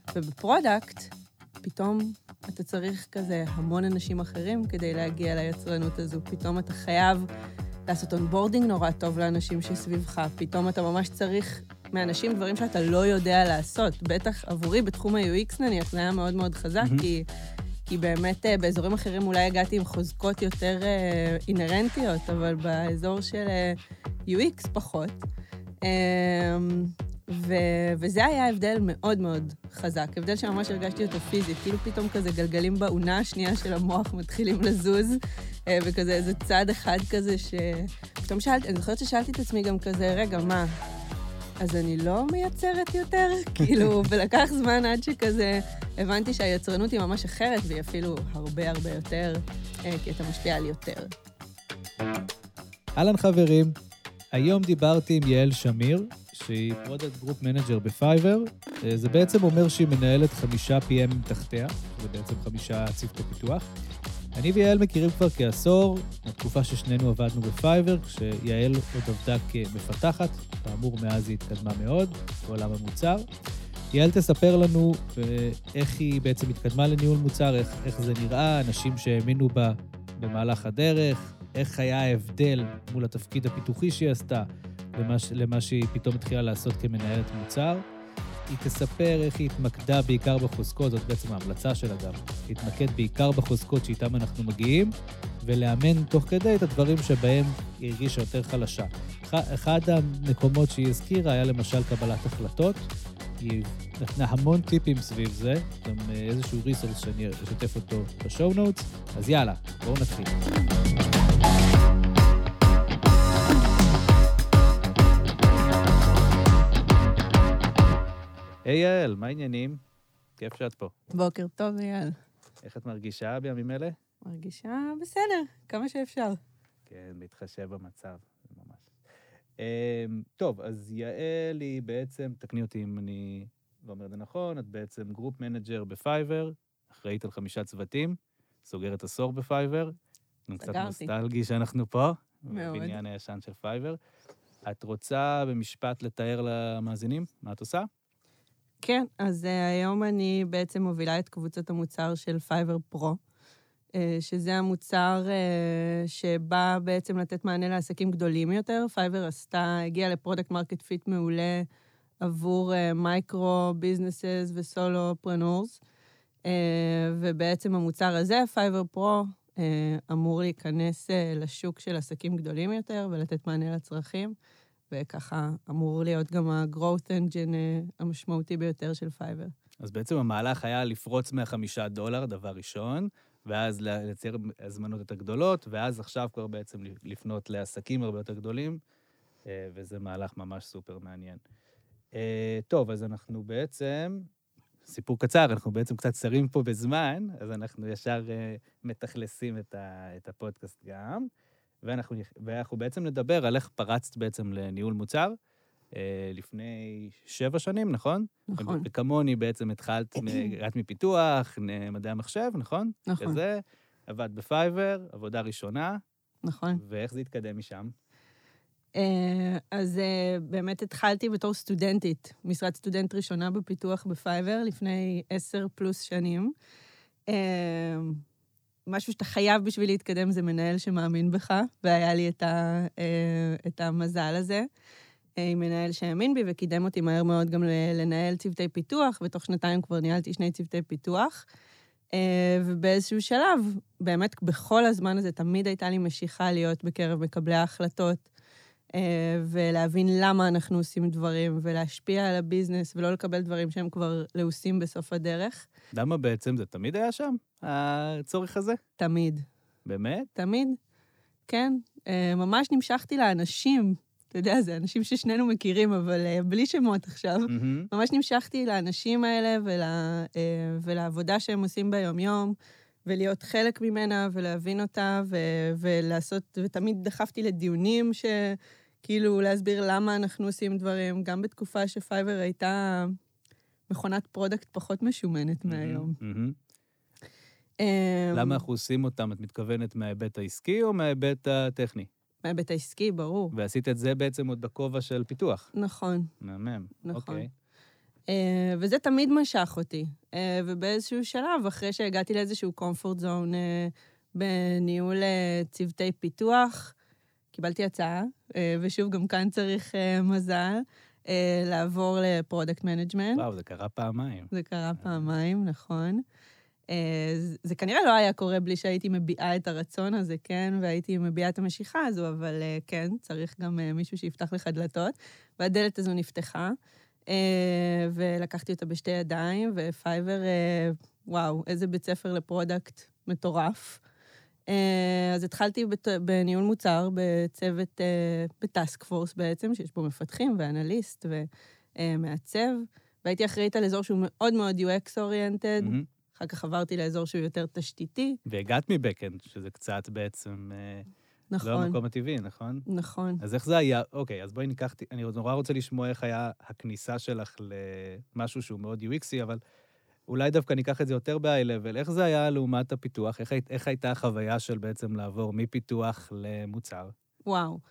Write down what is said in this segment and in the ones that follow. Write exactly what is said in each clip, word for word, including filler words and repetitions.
ובפרודקט, פתאום אתה צריך כזה המון אנשים אחרים כדי להגיע ליצרנות הזו. פתאום אתה חייב לעשות אונבורדינג נורא טוב לאנשים שסביבך. פתאום אתה ממש צריך מאנשים דברים שאתה לא יודע לעשות. בטח עבורי בתחום ה-יו אקס נניח, זה היה מאוד מאוד חזק, mm-hmm. כי, כי באמת באזורים אחרים אולי הגעתי עם חוזקות יותר אינרנטיות, אבל באזור של יו אקס פחות. ו... וזה היה הבדל מאוד מאוד חזק, הבדל שממש הרגשתי אותו פיזית, כאילו פתאום כזה גלגלים בעונה השנייה של המוח מתחילים לזוז, וכזה איזה צעד אחד כזה שפתאום שאלתי, אני זוכרת ששאלתי את עצמי גם כזה, רגע, מה? אז אני לא מייצרת יותר? כאילו, ולקח זמן עד שכזה הבנתי שהיצרנות היא ממש אחרת, והיא אפילו הרבה הרבה יותר, כי אתה משפיע על יותר. אהלן חברים, היום דיברתי עם יעל שמיר, שהיא פרודקט גרופ מנג'ר בפייבר. זה בעצם אומר שהיא מנהלת חמישה פי אם תחתיה, זה בעצם חמישה צוותי פיתוח. אני ויעל מכירים כבר כעשור, התקופה ששנינו עבדנו בפייבר, כשיעל עוד עבדה כמפתחת, כאמור מאז היא התקדמה מאוד, בעולם המוצר. יעל תספר לנו איך היא בעצם התקדמה לניהול מוצר, איך, איך זה נראה, אנשים שהאמינו בה במהלך הדרך, איך היה ההבדל מול התפקיד הפיתוחי שהיא עשתה, למה, למה שהיא פתאום התחילה לעשות כמנהלת מוצר. היא תספר איך היא התמקדה בעיקר בחוזקות, זאת בעצם ההמלצה שלה גם. היא התמקד בעיקר בחוזקות שאיתם אנחנו מגיעים, ולאמן תוך כדי את הדברים שבהם היא הרגישה יותר חלשה. אחד המקומות שהיא הזכירה היה למשל קבלת החלטות. היא נתנה המון טיפים סביב זה, גם איזשהו ריסורס שאני אשתף אותו בשואו נוטס. אז יאללה, בואו נתחיל. היי יעל, מה העניינים? כיף שאת פה. בוקר טוב, יעל. איך את מרגישה בימים אלה? מרגישה בסדר, כמה שאפשר. כן, להתחשב במצב, זה ממש. טוב, אז יעל היא בעצם, תקני אותי אם אני לא אומר את זה נכון, את בעצם גרופ מנג'ר בפייבר, אחראית על חמישה צוותים, סוגרת עשור בפייבר. סגרתי. קצת נוסטלגי שאנחנו פה. מאוד. בבניין הישן של פייבר. את רוצה במשפט לתאר למאזינים? מה את עושה? כן, אז uh, היום אני בעצם מובילה את קבוצת המוצר של פייבר פרו, uh, שזה המוצר uh, שבא בעצם לתת מענה לעסקים גדולים יותר. פייבר עשתה, הגיעה לפרודקט מרקט פיט מעולה עבור מייקרו, ביזנסס וסולו פרנורס, uh, ובעצם המוצר הזה, פייבר פרו, uh, אמור להיכנס uh, לשוק של עסקים גדולים יותר ולתת מענה לצרכים. וככה אמור להיות גם ה-growth engine המשמעותי ביותר של פייבר. אז בעצם המהלך היה לפרוץ מהחמישה דולר, דבר ראשון, ואז לייצר הזמנות את הגדולות, ואז עכשיו כבר בעצם לפנות לעסקים הרבה יותר גדולים, וזה מהלך ממש סופר מעניין. טוב, אז אנחנו בעצם, סיפור קצר, אנחנו בעצם קצת שרים פה בזמן, אז אנחנו ישר מתכלסים את הפודקאסט גם, ואנחנו, ואנחנו בעצם נדבר על איך פרצת בעצם לניהול מוצר, אה, לפני שבע שנים, נכון? נכון. וכמוני בעצם התחלת, הגעת מפיתוח, מדעי המחשב, נכון? נכון. כזה, עבד בפייבר, עבודה ראשונה. נכון. ואיך זה התקדם משם? אה, אז אה, באמת התחלתי בתור סטודנטית, משרת סטודנט ראשונה בפיתוח בפייבר, לפני עשר פלוס שנים. אה, משהו שאתה חייב בשביל להתקדם זה מנהל שמאמין בך, והיה לי את, ה, את המזל הזה. עם מנהל שהאמין בי וקידם אותי מהר מאוד גם לנהל צוותי פיתוח, ותוך שנתיים כבר ניהלתי שני צוותי פיתוח. ובאיזשהו שלב, באמת בכל הזמן הזה תמיד הייתה לי משיכה להיות בקרב מקבלי ההחלטות, ולהבין למה אנחנו עושים דברים, ולהשפיע על הביזנס, ולא לקבל דברים שהם כבר לעושים בסוף הדרך. למה בעצם זה תמיד היה שם, הצורך הזה? תמיד. באמת? תמיד, כן. ממש נמשכתי לאנשים, אתה יודע, זה אנשים ששנינו מכירים, אבל בלי שמות עכשיו. Mm-hmm. ממש נמשכתי לאנשים האלה ול, ולעבודה שהם עושים ביום-יום, ולהיות חלק ממנה ולהבין אותה, ו, ולעשות, ותמיד דחפתי לדיונים שכאילו להסביר למה אנחנו עושים דברים, גם בתקופה שפייבר הייתה מכונת פרודקט פחות משומנת מהיום. למה אנחנו עושים אותם? את מתכוונת מההיבט העסקי או מההיבט הטכני? מההיבט העסקי, ברור. ועשית את זה בעצם עוד בכובע של פיתוח. נכון. מהמם. נכון. אוקיי. וזה תמיד משך אותי. ובאיזשהו שלב, אחרי שהגעתי לאיזשהו comfort zone בניהול צוותי פיתוח, קיבלתי הצעה, ושוב, גם כאן צריך מזל, לעבור לפרודקט מנג'מנט. וואו, זה קרה פעמיים. זה קרה פעמיים, נכון. זה כנראה לא היה קורה בלי שהייתי מביעה את הרצון הזה, כן, והייתי מביעה את המשיכה הזו, אבל כן, צריך גם מישהו שיפתח לך דלתות, והדלת הזו נפתחה, ולקחתי אותה בשתי ידיים, ופייבר, וואו, איזה בית ספר לפרודקט מטורף. אז התחלתי בניהול מוצר, בצוות, בטאסק פורס בעצם, שיש בו מפתחים ואנליסט ומעצב, והייתי אחראית על אזור שהוא מאוד מאוד יו אקס אוריינטד, אחר כך עברתי לאזור שהוא יותר תשתיתי. והגעת מבקאנד, שזה קצת בעצם נכון. לא המקום הטבעי, נכון? נכון. אז איך זה היה? אוקיי, אז בואי ניקח, אני נורא רוצה לשמוע איך היה הכניסה שלך למשהו שהוא מאוד יו אקסי, אבל אולי דווקא ניקח את זה יותר ב-high-level. איך זה היה לעומת הפיתוח? איך, איך הייתה החוויה של בעצם לעבור מפיתוח למוצר? וואו.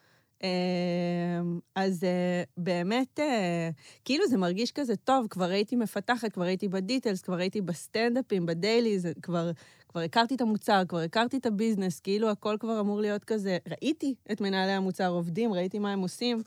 אז באמת, כאילו זה מרגיש כזה טוב, כבר הייתי מפתחת, כבר הייתי בדיטלס, כבר הייתי בסטנדאפים, בדייליז, כבר, כבר הכרתי את המוצר, כבר הכרתי את הביזנס, כאילו הכל כבר אמור להיות כזה. ראיתי את מנהלי המוצר עובדים, ראיתי מה הם עושים,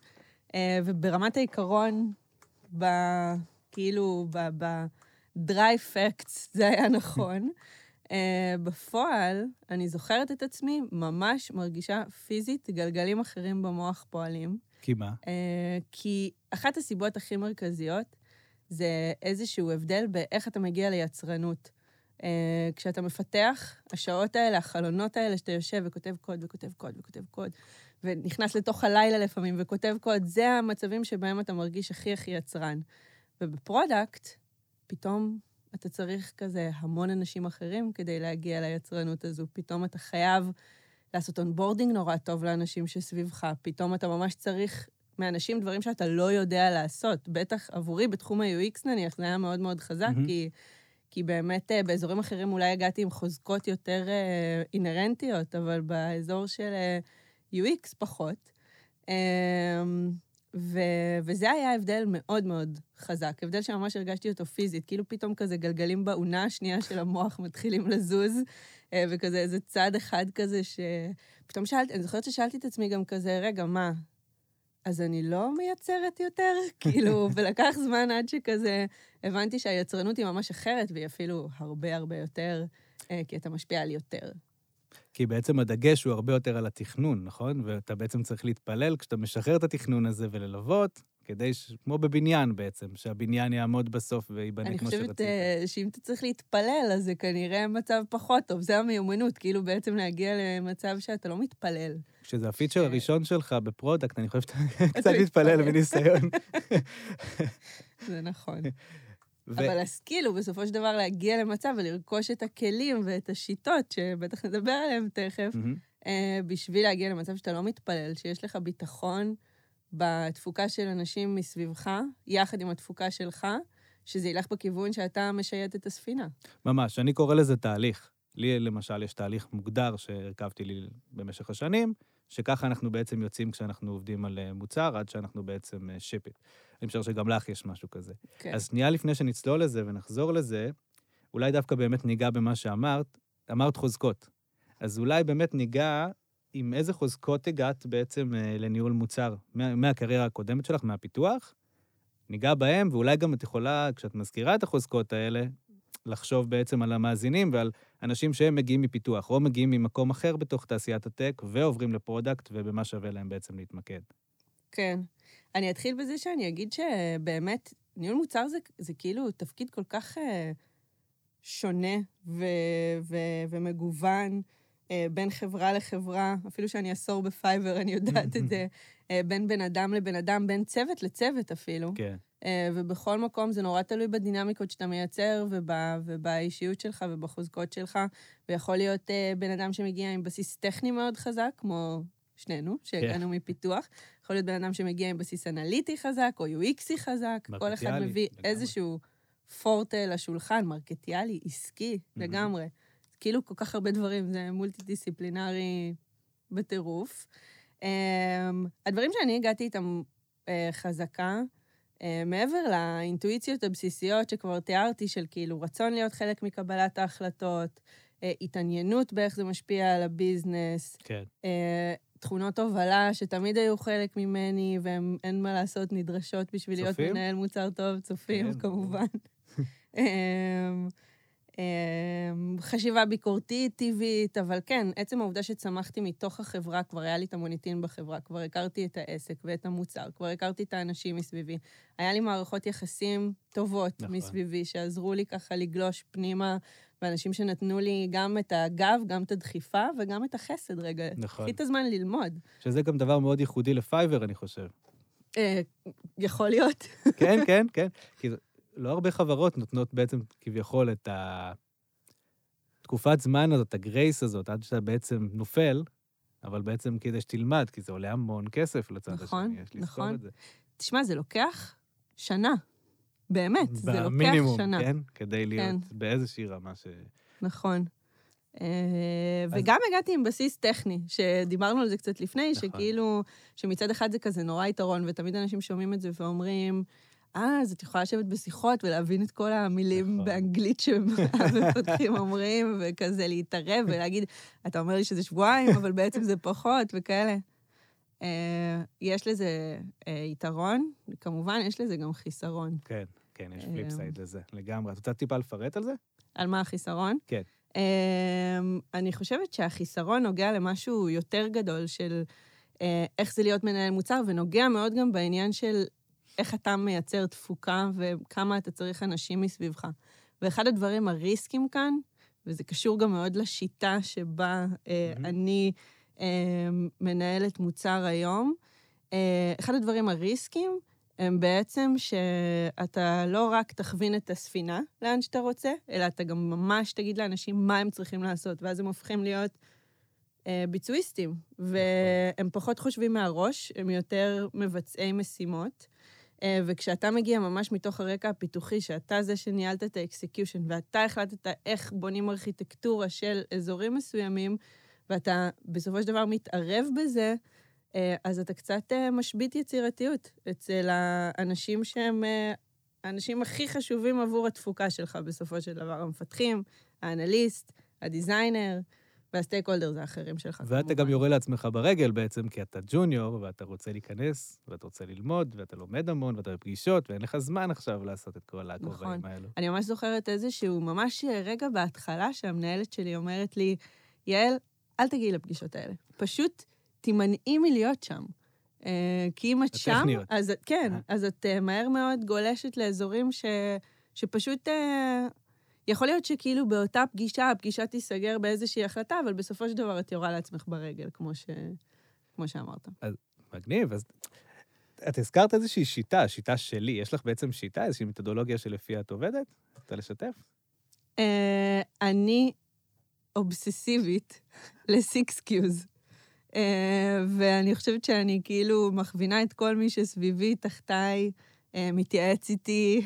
וברמת העיקרון, ב, כאילו, ב... ב דרי פקטס, זה היה נכון. uh, בפועל, אני זוכרת את עצמי, ממש מרגישה פיזית, גלגלים אחרים במוח פועלים. כי מה? Uh, כי אחת הסיבות הכי מרכזיות, זה איזשהו הבדל באיך אתה מגיע ליצרנות. Uh, כשאתה מפתח, השעות האלה, החלונות האלה, שאתה יושב וכותב קוד וכותב קוד וכותב קוד, ונכנס לתוך הלילה לפעמים וכותב קוד, זה המצבים שבהם אתה מרגיש הכי הכי יצרן. ובפרודקט, פתאום אתה צריך כזה המון אנשים אחרים כדי להגיע ליצרנות הזו. פתאום אתה חייב לעשות אונבורדינג נורא טוב לאנשים שסביבך. פתאום אתה ממש צריך מאנשים דברים שאתה לא יודע לעשות. בטח עבורי בתחום ה-יו אקס נניח, זה היה מאוד מאוד חזק, mm-hmm. כי, כי באמת באזורים אחרים אולי הגעתי עם חוזקות יותר אה, אינרנטיות, אבל באזור של אה, יו אקס פחות. אה, ו- וזה היה הבדל מאוד מאוד חזק, הבדל שממש הרגשתי אותו פיזית, כאילו פתאום כזה גלגלים בעונה השנייה של המוח מתחילים לזוז, וכזה איזה צד אחד כזה שפתאום שאלתי, אני זוכרת ששאלתי את עצמי גם כזה, רגע, מה? אז אני לא מייצרת יותר? כאילו, ולקח זמן עד שכזה הבנתי שהיצרנות היא ממש אחרת, והיא אפילו הרבה הרבה יותר, כי אתה משפיע על יותר. כי בעצם הדגש הוא הרבה יותר על התכנון, נכון? ואתה בעצם צריך להתפלל כשאתה משחרר את התכנון הזה וללוות, כדי ש... כמו בבניין בעצם, שהבניין יעמוד בסוף ויבנה כמו שרצית. אני חושבת שאם אתה צריך להתפלל, אז זה כנראה מצב פחות טוב. זה המיומנות, כאילו בעצם להגיע למצב שאתה לא מתפלל. כשזה הפיצ'ר הראשון שלך בפרודקט, אני חושב שאתה קצת להתפלל בניסיון. זה נכון. אבל הסקיל הוא בסופו של דבר להגיע למצב ולרכוש את הכלים ואת השיטות, שבטח נדבר עליהם תכף, בשביל להגיע למצב שאתה לא מתפלל, שיש לך ביטחון בתפוקה של אנשים מסביבך, יחד עם התפוקה שלך, שזה ילך בכיוון שאתה משייט את הספינה. ממש, אני קורא לזה תהליך. לי למשל יש תהליך מוגדר שהרכבתי לי במשך השנים, שככה אנחנו בעצם יוצאים כשאנחנו עובדים על מוצר, עד שאנחנו בעצם שיפית. אני חושב שגם לך יש משהו כזה. כן. אז שנייה לפני שנצלול לזה ונחזור לזה, אולי דווקא באמת ניגע במה שאמרת, אמרת חוזקות. אז אולי באמת ניגע עם איזה חוזקות הגעת בעצם לניהול מוצר, מה, מהקריירה הקודמת שלך, מהפיתוח, ניגע בהם, ואולי גם את יכולה, כשאת מזכירה את החוזקות האלה, לחשוב בעצם על המאזינים ועל אנשים שהם מגיעים מפיתוח, או מגיעים ממקום אחר בתוך תעשיית הטק, ועוברים לפרודקט, ובמה שווה להם בעצם להתמקד. כן. אני אתחיל בזה שאני אגיד שבאמת, ניהול מוצר זה, זה כאילו תפקיד כל כך אה, שונה ו, ו, ומגוון, אה, בין חברה לחברה, אפילו שאני עשור בפייבר, אני יודעת את זה, אה, בין בן אדם לבן אדם, בין צוות לצוות אפילו. כן. ובכל מקום זה נורא תלוי בדינמיקות שאתה מייצר, ובא, ובאישיות שלך ובחוזקות שלך, ויכול להיות בן אדם שמגיע עם בסיס טכני מאוד חזק, כמו שנינו, שהגענו מפיתוח, יכול להיות בן אדם שמגיע עם בסיס אנליטי חזק, או יו אקסי חזק, כל אחד מביא איזשהו פורטה לשולחן, מרקטיאלי, עסקי, לגמרי. כאילו כל כך הרבה דברים, זה מולטי-דיסציפלינרי בטירוף. הדברים שאני הגעתי איתם חזקה, מעבר לאינטואיציות הבסיסיות שכבר תיארתי, של כאילו רצון להיות חלק מקבלת ההחלטות, התעניינות באיך זה משפיע על הביזנס, כן. תכונות הובלה שתמיד היו חלק ממני, ואין מה לעשות, נדרשות בשביל להיות מנהל מוצר טוב, צופים, כמובן. חשיבה ביקורתית, טבעית, אבל כן, עצם העובדה שצמחתי מתוך החברה, כבר היה לי את המוניטין בחברה, כבר הכרתי את העסק ואת המוצר, כבר הכרתי את האנשים מסביבי. היה לי מערכות יחסים טובות מסביבי, שעזרו לי ככה לגלוש פנימה, ואנשים שנתנו לי גם את הגב, גם את הדחיפה, וגם את החסד רגע. נכון. קחי את הזמן ללמוד. שזה גם דבר מאוד ייחודי לפייבר, אני חושב. יכול להיות. כן, כן, כן. כי לא הרבה חברות נותנות בעצם כביכול את התקופת זמן הזאת, הגרייס הזאת, עד שאתה בעצם נופל, אבל בעצם כדי שתלמד, כי זה עולה המון כסף לצד השני. נכון, נכון. את זה. תשמע, זה לוקח שנה. באמת, זה לוקח במינימום, שנה. כן? כדי להיות כן. באיזושהי רמה ש... נכון. אז... וגם הגעתי עם בסיס טכני, שדיברנו על זה קצת לפני, נכון. שכאילו, שמצד אחד זה כזה נורא יתרון, ותמיד אנשים שומעים את זה ואומרים, אה, אז את יכולה לשבת בשיחות ולהבין את כל המילים נכון. באנגלית שמפתחים אומרים, וכזה להתערב ולהגיד, אתה אומר לי שזה שבועיים, אבל בעצם זה פחות, וכאלה. יש לזה יתרון, כמובן, יש לזה גם חיסרון. כן, כן, יש פליפ סייד לזה, לגמרי. את רוצה טיפה לפרט על זה? על מה החיסרון? כן. אני חושבת שהחיסרון נוגע למשהו יותר גדול של איך זה להיות מנהל מוצר, ונוגע מאוד גם בעניין של איך אתה מייצר תפוקה וכמה אתה צריך אנשים מסביבך. ואחד הדברים הריסקים כאן, וזה קשור גם מאוד לשיטה שבה אני מנהלת מוצר היום, אחד הדברים הריסקים הם בעצם שאתה לא רק תכווין את הספינה לאן שאתה רוצה, אלא אתה גם ממש תגיד לאנשים מה הם צריכים לעשות, ואז הם הופכים להיות ביצועיסטים, והם פחות חושבים מהראש, הם יותר מבצעי משימות, וכשאתה מגיע ממש מתוך הרקע הפיתוחי, שאתה זה שניהלת את האקסקיושן, ואתה החלטת איך בונים ארכיטקטורה של אזורים מסוימים, ואתה בסופו של דבר מתערב בזה, אז אתה קצת משבית יצירתיות אצל האנשים שהם האנשים הכי חשובים עבור התפוקה שלך בסופו של דבר, המפתחים, האנליסט, הדיזיינר, והסטייק הולדר זה האחרים שלך. ואתה גם יורה לעצמך ברגל בעצם, כי אתה ג'וניור, ואתה רוצה להיכנס, ואתה רוצה ללמוד, ואתה לומד המון, ואתה בפגישות, ואין לך זמן עכשיו לעשות את כל הכובעים האלו. אני ממש זוכרת איזשהו, ממש רגע בהתחלה, שהמנהלת שלי אומרת לי, יעל, אל תגיעי לפגישות האלה. פשוט תימנעי מלהיות שם. כי אם את שם, אז כן, אז את מהר מאוד גולשת לאזורים ש, שפשוט... יכול להיות שכאילו באותה פגישה, הפגישה תיסגר באיזושהי החלטה, אבל בסופו של דבר את יורה לעצמך ברגל, כמו, ש... כמו שאמרת. אז מגניב, אז את הזכרת איזושהי שיטה, שיטה שלי, יש לך בעצם שיטה, איזושהי מתודולוגיה שלפיה את עובדת? רוצה לשתף? אני אובססיבית ל-סיקס קיוז, ואני חושבת שאני כאילו מכווינה את כל מי שסביבי, תחתיי, מתייעץ איתי,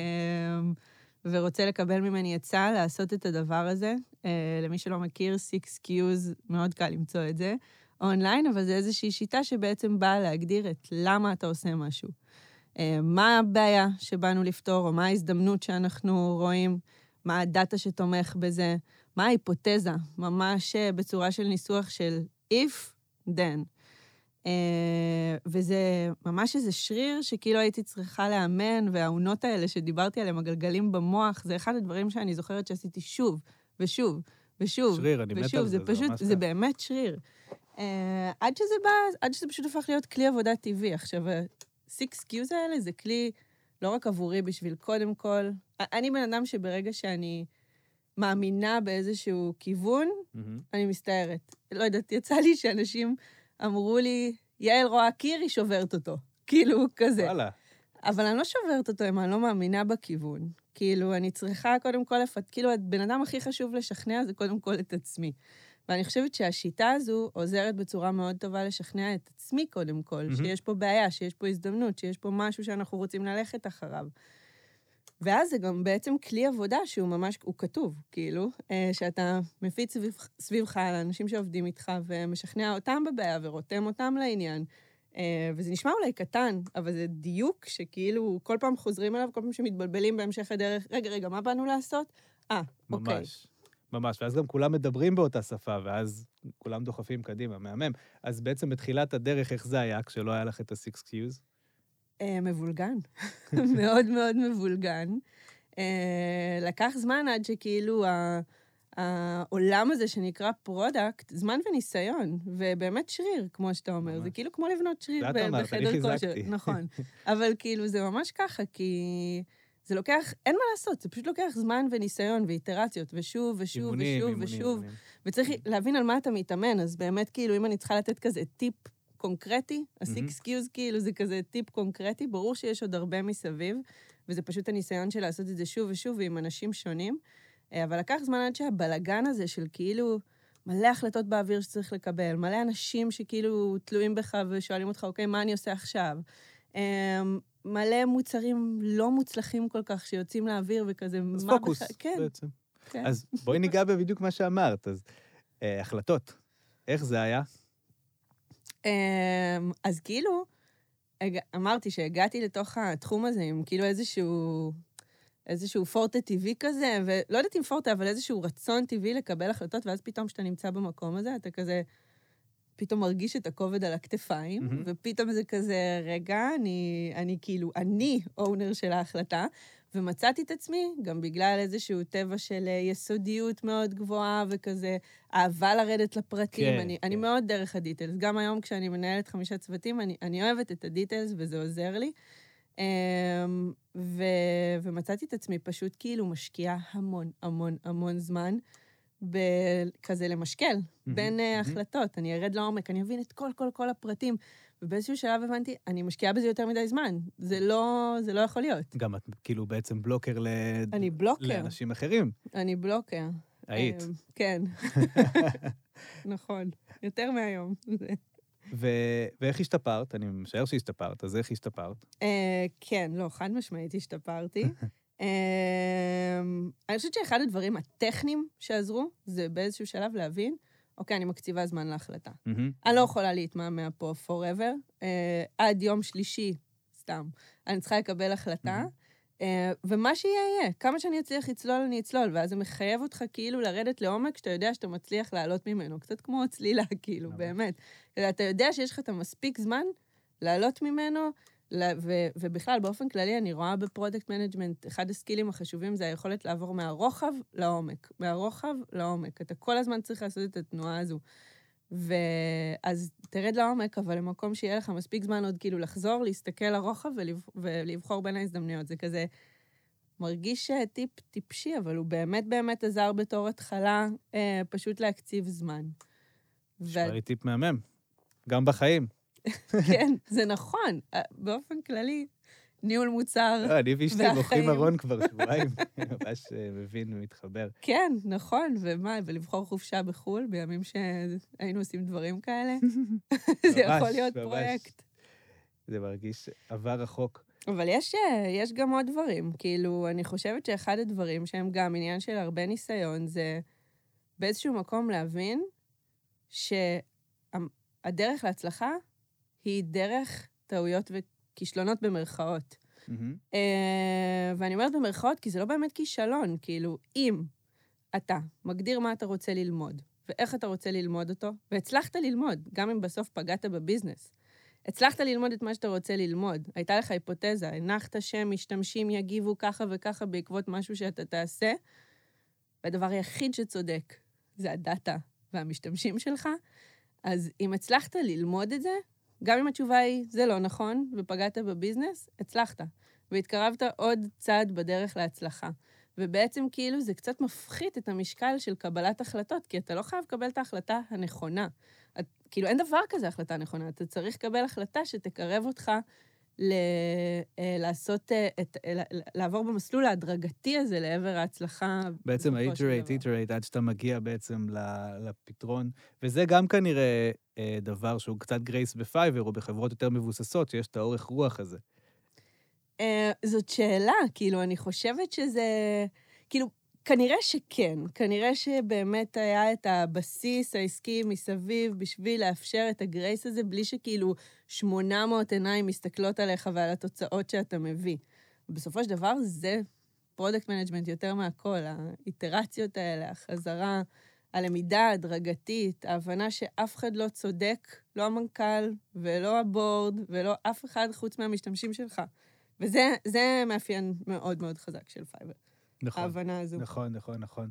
ורוצה לקבל ממני עצה לעשות את הדבר הזה. למי שלא מכיר, סיקס קיוז, מאוד קל למצוא את זה, אונליין, אבל זה איזושהי שיטה שבעצם באה להגדיר את למה אתה עושה משהו. מה הבעיה שבאנו לפתור, או מה ההזדמנות שאנחנו רואים, מה הדאטה שתומך בזה, מה ההיפותזה, ממש בצורה של ניסוח של if, then. וזה ממש איזה שריר שכאילו הייתי צריכה לאמן, והעונות האלה שדיברתי עליהם, הגלגלים במוח, זה אחד הדברים שאני זוכרת שעשיתי שוב, ושוב, ושוב. שריר, אני מת על זה, זה פשוט, זה באמת שריר. עד שזה בא, עד שזה פשוט הפך להיות כלי עבודה טבעי. עכשיו, ה-סיקס קיוז האלה זה כלי לא רק עבורי בשביל קודם כל, אני בן אדם שברגע שאני מאמינה באיזשהו כיוון, אני מסתערת. לא יודעת, יצא לי שאנשים אמרו לי, יעל רואה קיר, היא שוברת אותו. כאילו, כזה. וואלה. אבל אני לא שוברת אותו, אם אני לא מאמינה בכיוון. כאילו, אני צריכה קודם כל לפת... כאילו, הבן אדם הכי חשוב לשכנע זה קודם כל את עצמי. ואני חושבת שהשיטה הזו עוזרת בצורה מאוד טובה לשכנע את עצמי קודם כל, mm-hmm. שיש פה בעיה, שיש פה הזדמנות, שיש פה משהו שאנחנו רוצים ללכת אחריו. ואז זה גם בעצם כלי עבודה שהוא ממש, הוא כתוב, כאילו, שאתה מפיץ סביב, סביבך על האנשים שעובדים איתך ומשכנע אותם בבעיה ורותם אותם לעניין. וזה נשמע אולי קטן, אבל זה דיוק שכאילו כל פעם חוזרים אליו, כל פעם שמתבלבלים בהמשך הדרך, רגע, רגע, מה באנו לעשות? אה, אוקיי. ממש, ממש, ואז גם כולם מדברים באותה שפה, ואז כולם דוחפים קדימה, מהמם. אז בעצם בתחילת הדרך, איך זה היה, כשלא היה לך את ה-six Qs? מבולגן, מאוד מאוד מבולגן. לקח זמן עד שכאילו העולם הזה שנקרא פרודקט, זמן וניסיון, ובאמת שריר, כמו שאתה אומר. זה כאילו כמו לבנות שריר בחדר כושר. נכון. אבל כאילו זה ממש ככה, כי זה לוקח, אין מה לעשות, זה פשוט לוקח זמן וניסיון ואיטרציות, ושוב ושוב ושוב ושוב. וצריך להבין על מה אתה מתאמן, אז באמת כאילו אם אני צריכה לתת כזה טיפ קונקרטי, ה-six Qs כאילו זה כזה טיפ קונקרטי, ברור שיש עוד הרבה מסביב, וזה פשוט הניסיון של לעשות את זה שוב ושוב עם אנשים שונים, אבל לקח זמן עד שהבלגן הזה של כאילו מלא החלטות באוויר שצריך לקבל, מלא אנשים שכאילו תלויים בך ושואלים אותך, אוקיי, מה אני עושה עכשיו? מלא מוצרים לא מוצלחים כל כך שיוצאים לאוויר וכזה... אז פוקוס, כן. בעצם. כן. אז בואי ניגע בדיוק מה שאמרת, אז אה, החלטות, איך זה היה? אז כאילו, אמרתי שהגעתי לתוך התחום הזה עם כאילו איזשהו, איזשהו פורטה טבעי כזה, ולא יודעת אם פורטה, אבל איזשהו רצון טבעי לקבל החלטות, ואז פתאום שאתה נמצא במקום הזה, אתה כזה, פתאום מרגיש את הכובד על הכתפיים, mm-hmm. ופתאום זה כזה, רגע, אני, אני כאילו, אני אונר של ההחלטה, ומצאתי את עצמי, גם בגלל איזשהו טבע של יסודיות מאוד גבוהה, וכזה אהבה לרדת לפרטים. כן, אני, כן. אני מאוד דרך הדיטלס. גם היום כשאני מנהלת חמישה צוותים, אני, אני אוהבת את הדיטלס, וזה עוזר לי. ו, ומצאתי את עצמי פשוט כאילו משקיעה המון, המון, המון זמן, כזה למשקל, mm-hmm. בין mm-hmm. החלטות. אני ארד לעומק, אני אבין את כל, כל, כל הפרטים. ובאיזשהו שלב הבנתי, אני משקיעה בזה יותר מדי זמן. זה לא, זה לא יכול להיות. גם את כאילו בעצם בלוקר ל... אני בלוקר. לאנשים אחרים. אני בלוקר. היית. כן. נכון. יותר מהיום. ו- ואיך השתפרת? אני משער שהשתפרת, אז איך השתפרת? כן, לא, חד משמעית השתפרתי. אני חושבת שאחד הדברים הטכניים שעזרו, זה באיזשהו שלב להבין, אוקיי, אני מקציבה זמן להחלטה. אני לא יכולה להתמהמה פה forever, עד יום שלישי, סתם, אני צריכה לקבל החלטה, ומה שיהיה יהיה, כמה שאני אצליח לצלול, אני אצלול, ואז זה מחייב אותך כאילו לרדת לעומק, שאתה יודע שאתה מצליח לעלות ממנו, קצת כמו צלילה, כאילו, באמת. אתה יודע שיש לך את המספיק זמן לעלות ממנו, ובכלל, באופן כללי, אני רואה בפרודקט מנג'מנט, אחד הסקילים החשובים זה היכולת לעבור מהרוחב לעומק. מהרוחב לעומק. אתה כל הזמן צריך לעשות את התנועה הזו. ואז תרד לעומק, אבל למקום שיהיה לך מספיק זמן עוד כאילו לחזור, להסתכל לרוחב ולבחור בין ההזדמנויות. זה כזה מרגיש טיפ טיפשי, אבל הוא באמת באמת עזר בתור התחלה פשוט להקציב זמן. שואלי טיפ מהמם. גם בחיים. כן, זה נכון. באופן כללי, ניהול מוצר והחיים. אני ואשתי בוחרים ארון כבר שבועיים, ממש מבין ומתחבר. כן, נכון, ומה, ולבחור חופשה בחול, בימים שהיינו עושים דברים כאלה, זה יכול להיות פרויקט. זה מרגיש עבר רחוק. אבל יש, יש גם עוד דברים, כאילו, אני חושבת שאחד הדברים שהם גם עניין של הרבה ניסיון, זה באיזשהו מקום להבין שהדרך להצלחה, היא דרך טעויות וכישלונות במרכאות. Mm-hmm. ואני אומרת במרכאות, כי זה לא באמת כישלון, כאילו, אם אתה מגדיר מה אתה רוצה ללמוד, ואיך אתה רוצה ללמוד אותו, והצלחת ללמוד, גם אם בסוף פגעת בביזנס, הצלחת ללמוד את מה שאתה רוצה ללמוד, הייתה לך היפותזה, הנחת שמשתמשים יגיבו ככה וככה בעקבות משהו שאתה תעשה, והדבר היחיד שצודק זה הדאטה והמשתמשים שלך, אז אם הצלחת ללמוד את זה, גם אם התשובה היא, זה לא נכון, ופגעת בביזנס, הצלחת. והתקרבת עוד צעד בדרך להצלחה. ובעצם כאילו זה קצת מפחית את המשקל של קבלת החלטות, כי אתה לא חייב לקבל את ההחלטה הנכונה. את, כאילו אין דבר כזה החלטה נכונה, אתה צריך לקבל החלטה שתקרב אותך ל, לעשות, את, לעבור במסלול ההדרגתי הזה לעבר ההצלחה. בעצם ה-iterate, iterate, עד שאתה מגיע בעצם לפתרון, וזה גם כנראה דבר שהוא קצת גרייס בפייבר, או בחברות יותר מבוססות, שיש את האורך רוח הזה. זאת שאלה, כאילו, אני חושבת שזה, כאילו, כנראה שכן, כנראה שבאמת היה את הבסיס העסקי מסביב בשביל לאפשר את הגרייס הזה, בלי שכאילו שמונה מאות עיניים מסתכלות עליך ועל התוצאות שאתה מביא. בסופו של דבר זה פרודקט מנג'מנט יותר מהכל, האיטרציות האלה, החזרה, הלמידה ההדרגתית, ההבנה שאף אחד לא צודק, לא המנכ"ל ולא הבורד ולא אף אחד חוץ מהמשתמשים שלך. וזה זה מאפיין מאוד מאוד חזק של פייבר. נכון, ההבנה הזו. נכון, נכון, נכון.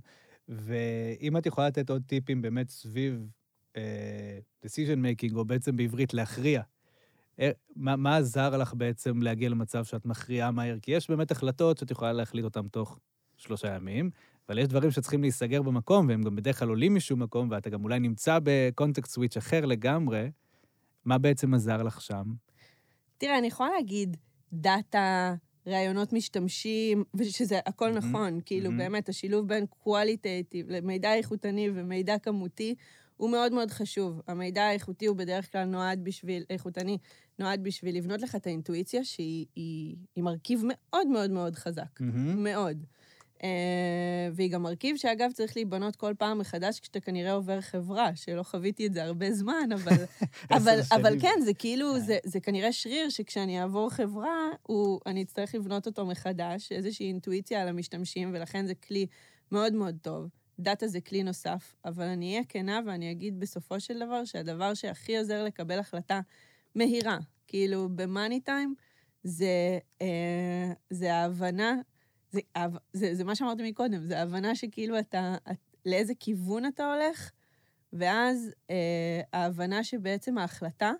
ואם את יכולה לתת עוד טיפים באמת סביב אה, decision making, או בעצם בעברית להכריע, אה, מה, מה עזר לך בעצם להגיע למצב שאת מכריעה מהר? כי יש באמת החלטות שאת יכולה להחליט אותן תוך שלושה ימים, אבל יש דברים שצריכים להיסגר במקום, והם גם בדרך כלל עולים משום מקום, ואתה גם אולי נמצא בקונטקסט סוויץ' אחר לגמרי, מה בעצם עזר לך שם? תראה, אני יכולה להגיד דאטה, רעיונות משתמשים, ושזה הכל mm-hmm. נכון, כאילו mm-hmm. באמת, השילוב בין qualitative למידע איכותני ומידע כמותי, הוא מאוד מאוד חשוב. המידע האיכותי הוא בדרך כלל נועד בשביל, איכותני, נועד בשביל לבנות לך את האינטואיציה, שהיא היא, היא מרכיב מאוד מאוד מאוד חזק. Mm-hmm. מאוד. Uh, והיא גם מרכיב שאגב צריך להיבנות כל פעם מחדש, כשאתה כנראה עובר חברה, שלא חוויתי את זה הרבה זמן, אבל, אבל, אבל כן, זה כאילו, זה, זה כנראה שריר שכשאני אעבור חברה, הוא, אני אצטרך לבנות אותו מחדש, איזושהי אינטואיציה על המשתמשים, ולכן זה כלי מאוד מאוד טוב. דאטה זה כלי נוסף, אבל אני אהיה כנה ואני אגיד בסופו של דבר, שהדבר שהכי עוזר לקבל החלטה מהירה, כאילו במאני טיים, זה, uh, זה ההבנה, זה, זה, זה מה שאמרתי מקודם, זה ההבנה שכאילו אתה, לאיזה כיוון אתה הולך, ואז אה, ההבנה שבעצם ההחלטה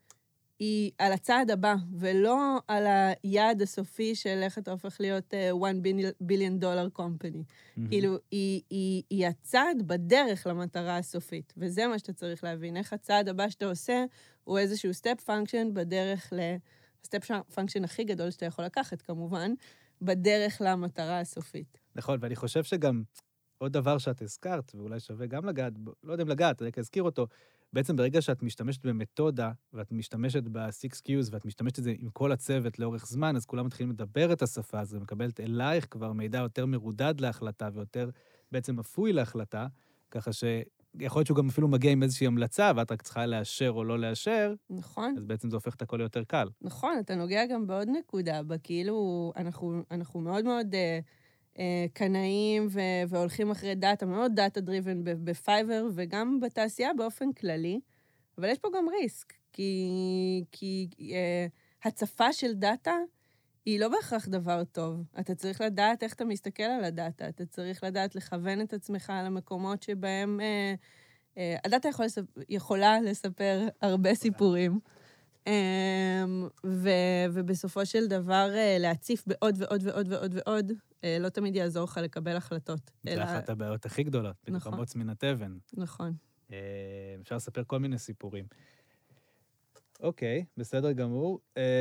היא על הצעד הבא, ולא על היעד הסופי של איך אתה הופך להיות uh, one billion dollar company. Mm-hmm. כאילו, היא, היא, היא הצעד בדרך למטרה הסופית, וזה מה שאתה צריך להבין. איך הצעד הבא שאתה עושה, הוא איזשהו step function בדרך ל... step function הכי גדול שאתה יכול לקחת, כמובן, בדרך למטרה הסופית. נכון, ואני חושב שגם עוד דבר שאת הזכרת, ואולי שווה גם לגעת, לא יודע אם לגעת, אני אזכיר אותו, בעצם ברגע שאת משתמשת במתודה, ואת משתמשת ב-six Q's, ואת משתמשת את זה עם כל הצוות לאורך זמן, אז כולם מתחילים לדבר את השפה הזו, ומקבלת אלייך כבר מידע יותר מרודד להחלטה, ויותר בעצם אפוי להחלטה, ככה שיכול להיות שהוא גם אפילו מגיע עם איזושהי המלצה, ואת רק צריכה לאשר או לא לאשר, נכון. אז בעצם זה הופך את הכל יותר קל. נכון, אתה נוגע גם בעוד נקודה, בכאילו, אנחנו, אנחנו מאוד מאוד uh, uh, קנאים ו- והולכים אחרי דאטה, מאוד דאטה-דריבן בפייבר, וגם בתעשייה באופן כללי, אבל יש פה גם ריסק, כי, כי uh, הצפה של דאטה היא לא בהכרח דבר טוב. אתה צריך לדעת איך אתה מסתכל על הדאטה, אתה צריך לדעת לכוון את עצמך על המקומות שבהם... Uh, uh, הדאטה יכול לספ... יכולה לספר הרבה סיפורים. ו- ובסופו של דבר להציף בעוד ועוד ועוד ועוד ועוד, לא תמיד יעזור לך לקבל החלטות. זה אחת הבעיות הכי גדולות, בדיוק המוץ מן התבן. נכון. אפשר לספר כל מיני סיפורים. אוקיי, בסדר גמור.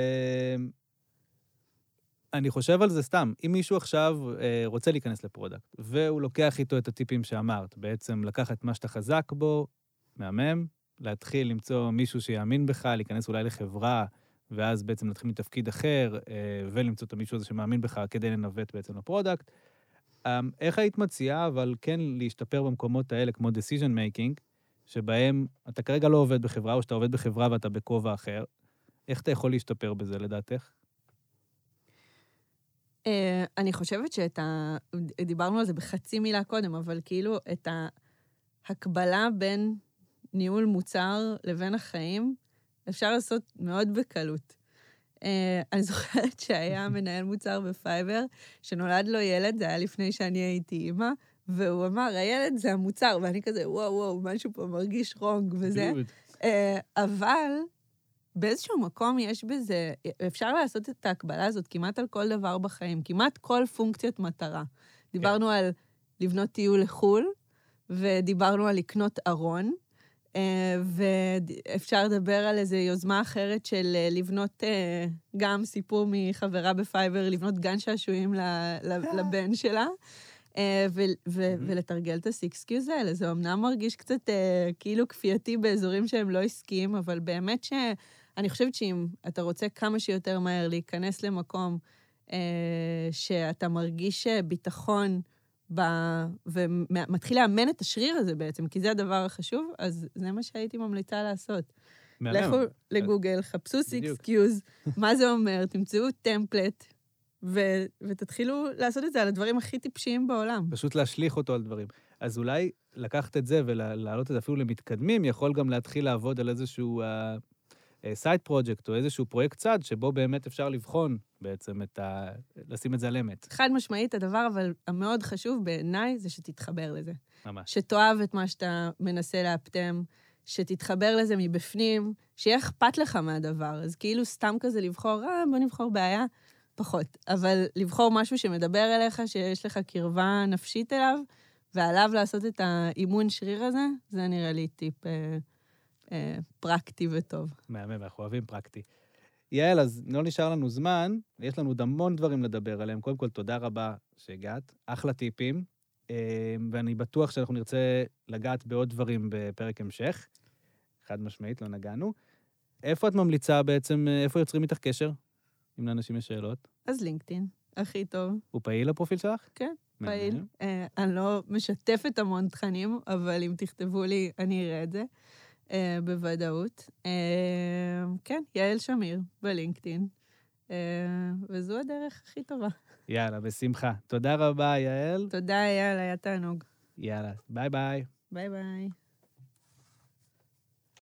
אני חושב על זה סתם. אם מישהו עכשיו רוצה להיכנס לפרודקט, והוא לוקח איתו את הטיפים שאמרת, בעצם לקחת מה שאתה חזק בו, מהמם, להתחיל למצוא מישהו שיאמין בך, להיכנס אולי לחברה, ואז בעצם להתחיל מתפקיד אחר, ולמצוא את המישהו הזה שמאמין בך כדי לנווט בעצם לפרודקט. איך היית מציעה, אבל כן להשתפר במקומות האלה, כמו decision making, שבהם אתה כרגע לא עובד בחברה, או שאתה עובד בחברה ואתה בכובע אחר, איך אתה יכול להשתפר בזה, לדעתך? אני חושבת שאת ה... דיברנו על זה בחצי מילה קודם, אבל כאילו את ההקבלה בין ניהול מוצר לבין החיים, אפשר לעשות מאוד בקלות. Uh, אני זוכרת שהיה מנהל מוצר בפייבר, שנולד לו ילד, זה היה לפני שאני הייתי אימא, והוא אמר, הילד זה המוצר, ואני כזה, וואו, וואו, משהו פה מרגיש רונג וזה. Uh, אבל באיזשהו מקום יש בזה, אפשר לעשות את ההקבלה הזאת כמעט על כל דבר בחיים, כמעט כל פונקציות מטרה. דיברנו yeah. על לבנות טיול לחול, ודיברנו על לקנות ארון, ואפשר לדבר על איזו יוזמה אחרת של לבנות גם סיפור מחברה בפייבר, לבנות גן שעשועים לבן שלה, ולתרגל את ה-six Q's האלה. זה אמנם מרגיש קצת כאילו כפייתי באזורים שהם לא עסקיים, אבל באמת שאני חושבת שאם אתה רוצה כמה שיותר מהר להיכנס למקום שאתה מרגיש ביטחון ב... ומתחיל לאמן את השריר הזה בעצם, כי זה הדבר החשוב, אז זה מה שהייתי ממליצה לעשות. לכו לגוגל, חפשו סיקס קיוז, מה זה אומר, תמצאו טמפלט, ו- ותתחילו לעשות את זה על הדברים הכי טיפשיים בעולם. פשוט להשליך אותו על דברים. אז אולי לקחת את זה ולהעלות את זה אפילו למתקדמים, יכול גם להתחיל לעבוד על איזשהו סייד פרויקט, או איזשהו פרויקט צד, שבו באמת אפשר לבחון בעצם את ה... לשים את זה על אמת. חד משמעית, הדבר אבל המאוד חשוב בעיניי, זה שתתחבר לזה. ממש. שתאהב את מה שאתה מנסה לאפטם, שתתחבר לזה מבפנים, שיהיה אכפת לך מהדבר. אז כאילו סתם כזה לבחור, אה, בוא נבחור בעיה, פחות. אבל לבחור משהו שמדבר אליך, שיש לך קרבה נפשית אליו, ועליו לעשות את האימון שריר הזה, זה נראה לי טיפ אה, אה, פרקטי וטוב. מהמם, אנחנו אוהבים פרקטי. יעל, אז לא נשאר לנו זמן, יש לנו עוד המון דברים לדבר עליהם. קודם כל, תודה רבה שהגעת, אחלה טיפים, ואני בטוח שאנחנו נרצה לגעת בעוד דברים בפרק המשך. חד משמעית, לא נגענו. איפה את ממליצה בעצם, איפה יוצרים איתך קשר? אם לאנשים יש שאלות. אז לינקדאין, הכי טוב. הוא פעיל הפרופיל שלך? כן, פעיל. אה, אני לא משתפת המון תכנים, אבל אם תכתבו לי, אני אראה את זה. אה, בוודאות. אה, כן, יעל שמיר בלינקדאין. אה, וזו הדרך הכי טובה. יאללה, בשמחה. תודה רבה, יעל. תודה, יעל, היה תענוג. יאללה, ביי ביי. ביי ביי.